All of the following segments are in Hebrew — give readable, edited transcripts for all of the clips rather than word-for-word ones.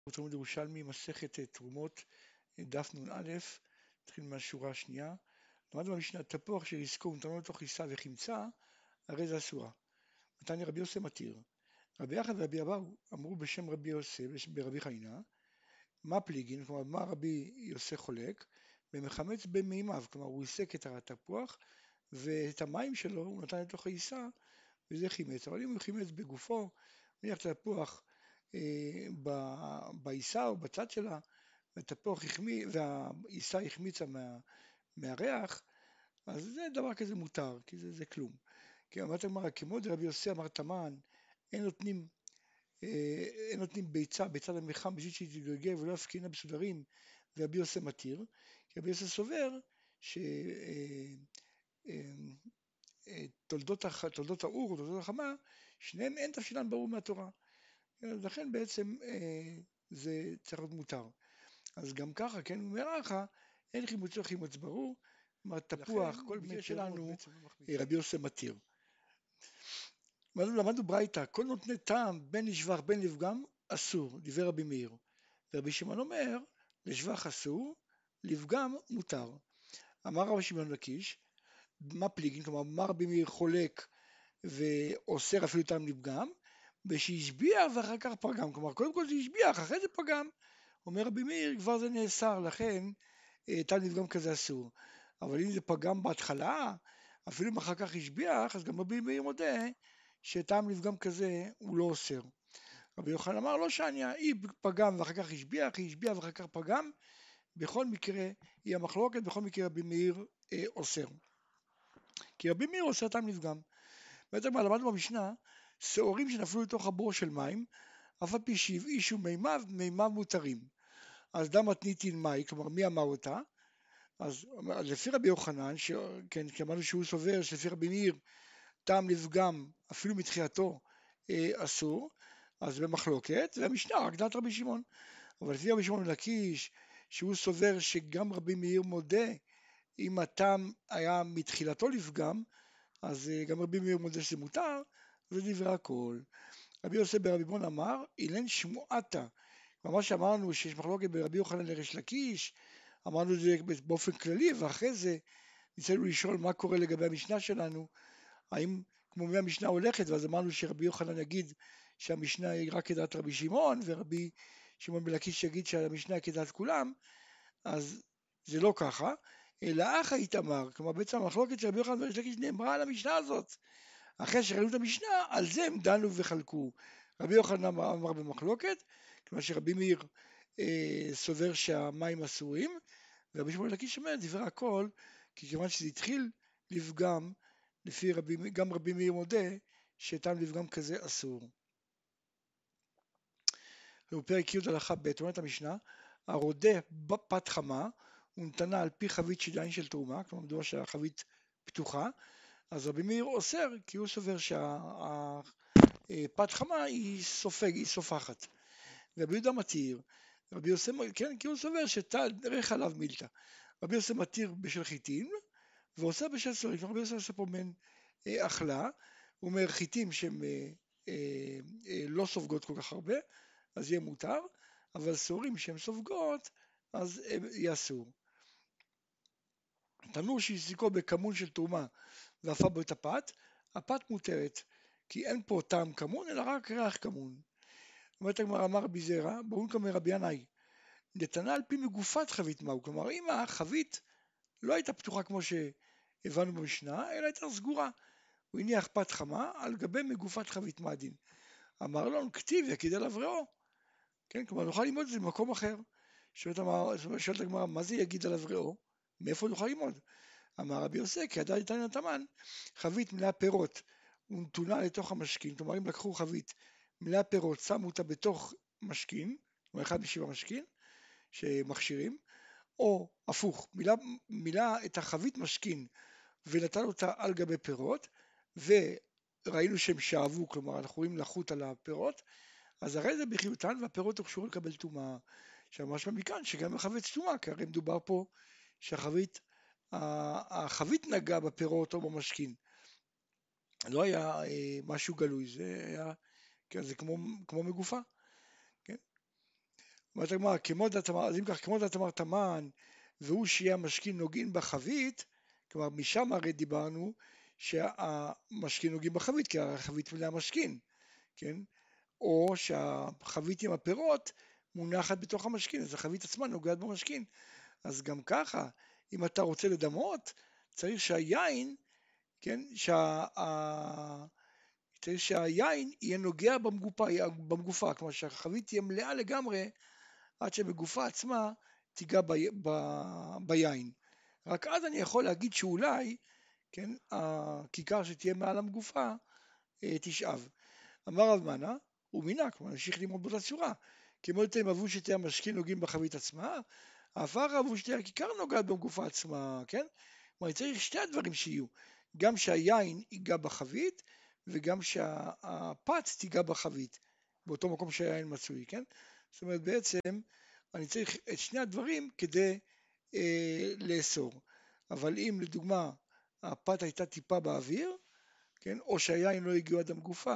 תלמוד ירושלמי, מסכת תרומות, דף נ"א, נתחיל מהשורה השנייה. למדנו במשנה, תפוח שריסקו ונתנו לתוך עיסה וחמצה, הרי זה אסורה. מתניא רבי יוסי מתיר. רבי יחד ורבי אבאו אמרו בשם רבי יוסי ברבי חנינא, מה פליגין, כלומר מה רבי יוסי חולק, ומחמץ במימיו, כלומר הוא ריסק את התפוח ואת המים שלו הוא נתן לתוך העיסה וזה חימץ. אבל אם הוא חימץ בגופו, נניח את התפוח בעיסה או בצד שלה, והעיסה החמיצה מהריח, אז זה דבר כזה מותר, כי זה כלום. כי אמרת הגמרא, כמו דרבי יוסי אמר תמן, אין נותנים ביצה בצד המחם בשביל שתתגלגל ולא יפקינה בסודרים, ורבי יוסי מתיר, כי רבי יוסי סובר תולדות האור ותולדות החמה, שניהם אין תבשילן ברור מהתורה. לכן בעצם זה צריך להיות מותר. אז גם ככה, כן, ומרחה, אין חימוצו חימוץ ברור, כלומר תפוח, כל מקרה שלנו, רבי יוסי מתיר. למדנו ברייתא, כל נותני טעם, בין לשבח בין לפגם, אסור, דיבר רבי מאיר. ורבי שמעון אומר, לשבח אסור, לפגם מותר. אמר רבי שמעון לקיש, מה פליגין, כלומר, מה רבי מאיר חולק ואוסר אפילו טעם לפגם, ושהשביח ואחר כך פגם, כלומר, קודם כל זה השביח, אחרי זה פגם. אומר רבי מאיר, כבר זה נאסר, לכן טעם לפגם כזה אסור. אבל אם זה פגם בהתחלה, אפילו אם אחר כך השביח, אז גם רבי מאיר מודה שטעם לפגם כזה הוא לא אוסר. רבי יוחנן אמר, לא שעניה, היא פגם ואחר כך השביח, היא השביח ואחר כך פגם, בכל מקרה היא המחלוקת, בכל מקרה רבי מאיר אוסר. כי רבי מאיר אוסר טעם לפגם. בעצם למדנו במשנה, שעורים שנפלו לתוך הבור של מים, אף על פי שהבאישו מימיו, מימיו מותרים. אז דם מתניתין מאי, כלומר מי אמר אותה? אז לפי רבי יוחנן, כן, כי אמרנו שהוא סובר שלפי רבי מאיר טעם לפגם אפילו מתחילתו אסור, אז במחלוקת, והמשנה רק דעת רבי שמעון. אבל לפי רבי שמעון לקיש, שהוא סובר שגם רבי מאיר מודה אם הטעם היה מתחילתו לפגם, אז גם רבי מאיר מודה שזה מותר, זה דברי הכל. רבי יוסי ברבי בון אמר, אילן שמועתה. מה שאמרנו שיש מחלוקת ברבי יוחנן לריש לקיש, אמרנו את זה באופן כללי, ואחרי זה ניסינו לשאול מה קורה לגבי המשנה שלנו, האם כמו מי המשנה הולכת, ואז אמרנו שרבי יוחנן יגיד שהמשנה היא רק כדעת רבי שמעון, ורבי שמעון בן לקיש יגיד שהמשנה היא כדעת כולם, אז זה לא ככה, אלא אחא איתמר, כלומר בעצם המחלוקת של רבי יוחנן וריש לקיש נאמרה על המשנה הזאת. אחרי שראינו את המשנה, על זה הם דנו וחלקו. רבי יוחנן אמר במחלוקת, כלומר שרבי מאיר סובר שהמים אסורים, ורבי שמעון בן לקיש אומר דברי הכל, כי כיוון שזה התחיל לפגם, לפי גם רבי מאיר מודה שטעם לפגם כזה אסור. בפרק י' הלכה ב' אומרת המשנה, הרודה בפת חמה ונתנה על פי חבית שדיים של תרומה, כלומר מדוע שהחבית פתוחה, אז רבי מאיר אוסר כי הוא סובר שהפת חמה היא סופחת. רבי יהודה מתיר, רבי יוסי, כן, כי הוא סובר שתרך עליו מילתא. רבי יוסי מתיר בשל חיטים ועושה בשל סורים. רבי יוסי עושה פה מן אכלה, הוא אומר חיטים שהן לא סופגות כל כך הרבה, אז יהיה מותר, אבל סורים שהן סופגות, אז יהיה אסור. תנור שהסיקו בכמון של תרומה ואפה בו את הפת, הפת מותרת, כי אין פה טעם כמון, אלא רק ריח כמון. אומרת הגמרא, אמר רבי זרע, ברור כמר רבי ינאי, נתנה על פי מגופת חבית מהו, כלומר אם החבית לא הייתה פתוחה כמו שהבנו במשנה, אלא הייתה סגורה. הוא הניח פת חמה על גבי מגופת חבית מעדין. אמר לו, כתיב יקיד עליו ראו. כן, כלומר נוכל ללמוד את זה במקום אחר. שואלת הגמרא, מה זה יגיד עליו ראו? מאיפה נוכל ללמוד? אמר רבי יוסי, כי עדיין תניא תמן, חבית מלאה פירות ונתונה לתוך המשכין, כלומר אם לקחו חבית מלאה פירות, שמו אותה בתוך משכין, או אחד משבע משכין שמכשירים, או הפוך, מילא את החבית משכין ונתן אותה על גבי פירות, וראינו שהם שאבו, כלומר אנחנו רואים לחות על הפירות, אז הרי זה בחיותן והפירות הוכשרו לקבל טומאה. שמשמע מכאן שגם החבית טומאה, כי הרי מדובר פה שהחבית נגע בפירות או במשכין. לא היה משהו גלוי, זה היה, כן, זה כמו מגופה. כן? אומרת הגמרא, אז אם כך, כמו דעת אמר תמן, והוא שיהיה המשכין נוגעים בחבית, כלומר משם הרי דיברנו שהמשכין נוגעים בחבית, כי החבית מלאה משכין, כן? או שהחבית עם הפירות מונחת בתוך המשכין, אז החבית עצמה נוגעת במשכין. אז גם ככה, אם אתה רוצה לדמות, צריך שהיין, כן, צריך שהיין יהיה נוגע במגופה, כלומר שהחבית תהיה מלאה לגמרי, עד שבגופה עצמה תיגע ביין. רק אז אני יכול להגיד שאולי, כן, הכיכר שתהיה מעל המגופה תשאב. אמר רב מנה, ומינה, כלומר נמשיך ללמוד באותה צורה, כמו יותר אהבו שתהיה המשכין נוגעים בחבית עצמה, העפר אהבו שתהיה הכיכר נוגעת במגופה עצמה, כן? כלומר צריך שתי הדברים שיהיו, גם שהיין ייגע בחבית, וגם שהפת תיגע בחבית, באותו מקום שהיין מצוי, כן? זאת אומרת בעצם אני צריך את שני הדברים כדי לאסור, אבל אם לדוגמה הפת הייתה טיפה באוויר, כן? או שהיין לא הגיעו עד המגופה,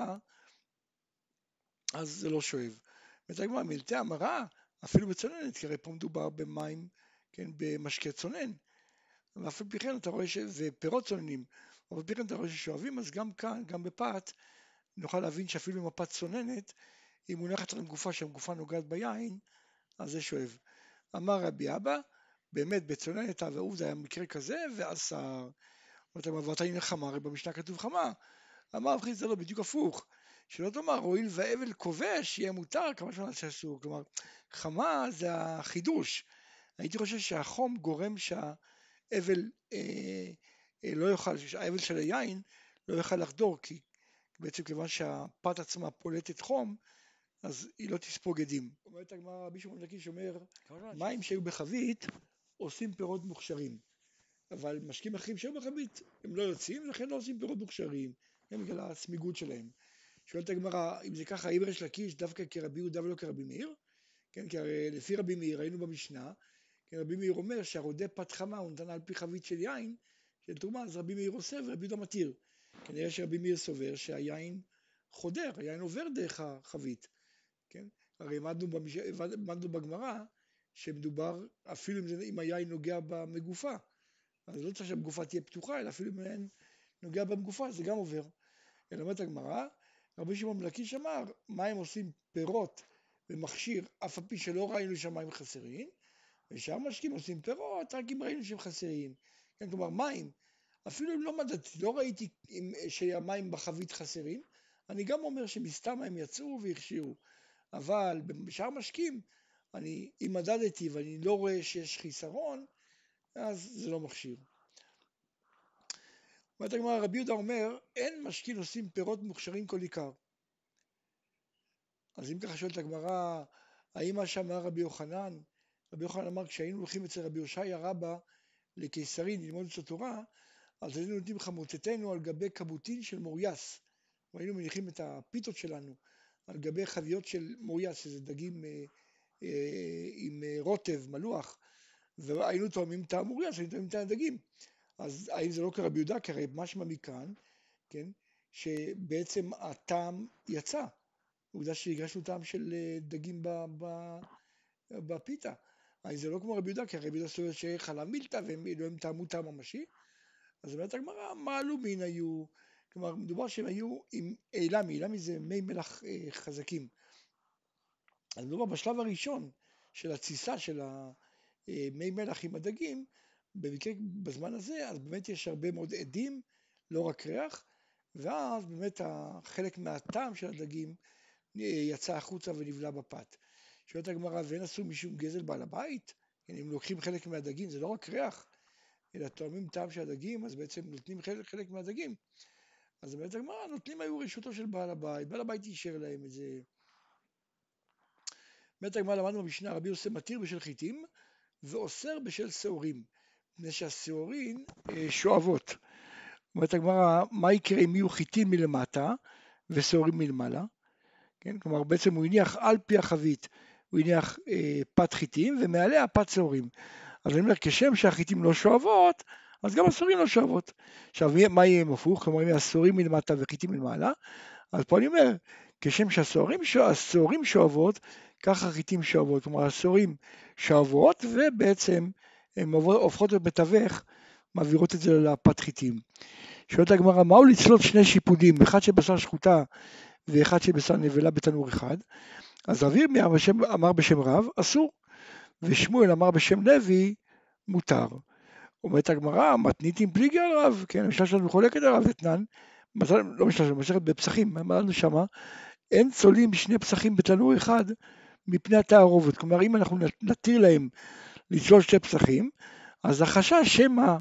אז זה לא שואב. ותגמר מלטי המרה, אפילו בצוננת, כי הרי פה מדובר במים, כן, במשקה צונן. ואף על פי כן אתה רואה שזה פירות צוננים, אבל פי כן אתה רואה ששואבים, אז גם כאן, גם בפת, נוכל להבין שאפילו אם הפת צוננת, היא מונחת על הגופה, שהגופה נוגעת ביין, אז זה שואב. אמר רבי אבא, באמת בצוננת והוא זה היה מקרה כזה, ואז סער. ואתה הנה חמה, הרי במשנה כתוב חמה. אמר רב חיסדא לא, בדיוק הפוך. שלא תאמר, הואיל והאבל כובש, יהיה מותר, כמה שנה שאסור. כלומר, חמה זה החידוש. הייתי חושב שהחום גורם שהאבל לא יוכל, שהאבל של היין לא יוכל לחדור, כי בעצם כיוון שהפת עצמה פולטת חום, אז היא לא תספוג עדים. אומרת הגמרא, רבי שמעון בן לקיש אומר, מים שהיו בחבית עושים פירות מוכשרים, אבל משקים אחרים שהיו בחבית הם לא יוצאים, לכן לא עושים פירות מוכשרים, הם בגלל הסמיגות שלהם. שואלת הגמרא, אם זה ככה, האם ריש לקיש דווקא כרבי יהודה ולא כרבי מאיר? כן, כי הרי לפי רבי מאיר ראינו במשנה, כן, רבי מאיר אומר שהרודה פת חמה הוא נתן על פי חבית של יין, של תרומה, אז רבי מאיר עושה ורבי יהודה מתיר. כנראה שרבי מאיר סובר שהיין חודר, היין עובר דרך החבית, כן? הרי למדנו בגמרא שמדובר אפילו אם היין נוגע במגופה, אז לא צריך שהמגופה תהיה פתוחה, אלא אפילו אם היין נוגע במגופה זה גם עובר. אלא אומרת הגמרא, רבי שמעון בן לקיש אמר, מים עושים פירות ומכשיר, אף על פי שלא ראינו שהמים חסרים, ושאר משקים עושים פירות רק אם ראינו שהם חסרים. כן, כלומר מים, אפילו אם לא מדדתי, לא ראיתי שהמים בחבית חסרים, אני גם אומר שמסתם הם יצאו והכשירו. אבל בשאר משקים, אם מדדתי ואני לא רואה שיש חיסרון, אז זה לא מכשיר. אומרת הגמרא, רבי יהודה אומר, אין משכין עושים פירות מוכשרים כל עיקר. אז אם ככה שואלת הגמרא, האם מה שאמר רבי יוחנן? רבי יוחנן אמר, כשהיינו הולכים אצל רבי הושעיה רבא לקיסרין ללמוד את התורה, אז היינו נותנים חמוצתנו על גבי כבותין של מורייס. והיינו מניחים את הפיתות שלנו על גבי חביות של מורייס, שזה דגים עם רוטב, מלוח, והיינו תואמים את המורייס, היינו תואמים את הדגים. אז האם זה לא כרבי יהודה? כי הרי משמע מכאן, כן, שבעצם הטעם יצא. עובדה שהגשנו טעם של דגים בפיתה. אז זה לא כמו רבי יהודה, כי רבי יהודה סובר שחלב מילתא והם טעמו טעם ממשי. אז אומרת הגמרא, מעלו מין היו, כלומר מדובר שהם היו עם אילמי, אילמי זה מי מלח חזקים. אז מדובר בשלב הראשון של התסיסה של מי מלח עם הדגים, במקרה בזמן הזה, אז באמת יש הרבה מאוד עדים, לא רק ריח, ואז באמת חלק מהטעם של הדגים יצא החוצה ונבלע בפת. שואלת הגמרא, ואין עשו משום גזל בעל הבית? אם לוקחים חלק מהדגים, זה לא רק ריח, אלא תואמים טעם של הדגים, אז בעצם נותנים חלק מהדגים. אז באמת הגמרא, נותנים היו רשותו של בעל הבית, בעל הבית אישר להם את זה. באמת הגמרא למדנו במשנה, רבי יוסף מתיר בשל חיטים, ואוסר בשל שעורים, מפני שהשעורים שואבות. אומרת הגמרא, מה יקרה אם יהיו חיטים מלמטה ושעורים מלמעלה? כן? כלומר בעצם הוא הניח על פי החבית, הוא הניח פת חיטים ומעליה פת שעורים. אז אני אומר, כשם שהחיטים לא שואבות, אז גם השעורים לא שואבות. עכשיו, מה יהיה אם הפוך? כלומר, אם השעורים מלמטה וחיטים מלמעלה, אז פה אני אומר, כשם שהשעורים שואבות, ככה חיטים שואבות, כלומר הסורים שואבות ובעצם הן הופכות בתווך, מעבירות את זה לפת חיטים. שואלת הגמרא, מהו לצלות שני שיפודים, אחד של בשר שחוטה ואחד של בשר נבלה בתנור אחד? אז רבי ירמיה אמר בשם רב, אסור, ושמואל אמר בשם לוי, מותר. אומרת הגמרא, מתניתין פליגי על רב, כן, המשנה שלנו מחולקת על רב אתנן, לא משנה שלנו, מסכת בפסחים, אמרנו שמה, אין צולים שני פסחים בתנור אחד מפני התערובת, כלומר אם אנחנו נתיר להם לצלול שתי פסחים, אז החשש שמא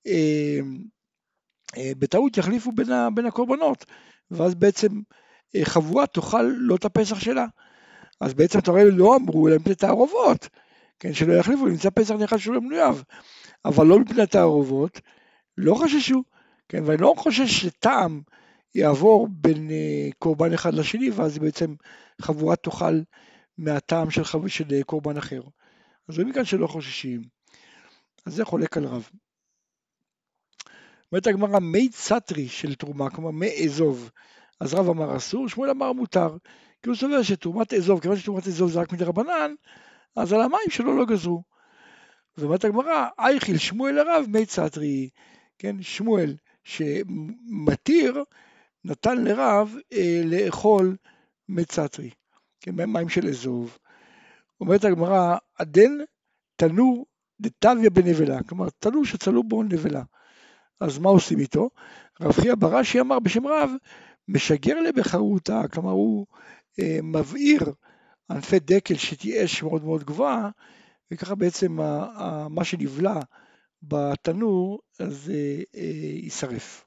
בטעות יחליפו בין הקורבנות, ואז בעצם חבורה תאכל לא את הפסח שלה. אז בעצם אתה רואה, לא אמרו להם מפני תערובות, כן, שלא יחליפו, נמצא פסח נאכל שלא מנויו, אבל לא מפני תערובות, לא חששו, כן, ואני לא חושש שטעם יעבור בין קורבן אחד לשני, ואז בעצם חבורה תאכל מהטעם של קורבן אחר. אז זה מכאן שלא חוששים. אז זה חולק על רב. אומרת הגמרא, מי צטרי של תרומה, כלומר מי אזוב, אז רב אמר אסור, שמואל אמר מותר, כי הוא סובר שתרומת אזוב, כיוון שתרומת אזוב זה רק מדרבנן, אז על המים שלו לא גזרו. ואומרת הגמרא, אייחיל שמואל לרב מי צטרי, כן, שמואל שמתיר, נתן לרב לאכול מי צטרי, כן, מים של אזוב. אומרת הגמרא, עדן תנור דתביה בנבלה, כלומר תנור שצלו בו נבלה. אז מה עושים איתו? רב חייא בר אשי אמר בשם רב, משגר לבחרותה, כלומר הוא מבעיר ענפי דקל שתהיה אש מאוד מאוד גבוהה, וככה בעצם מה שנבלע בתנור אז יישרף.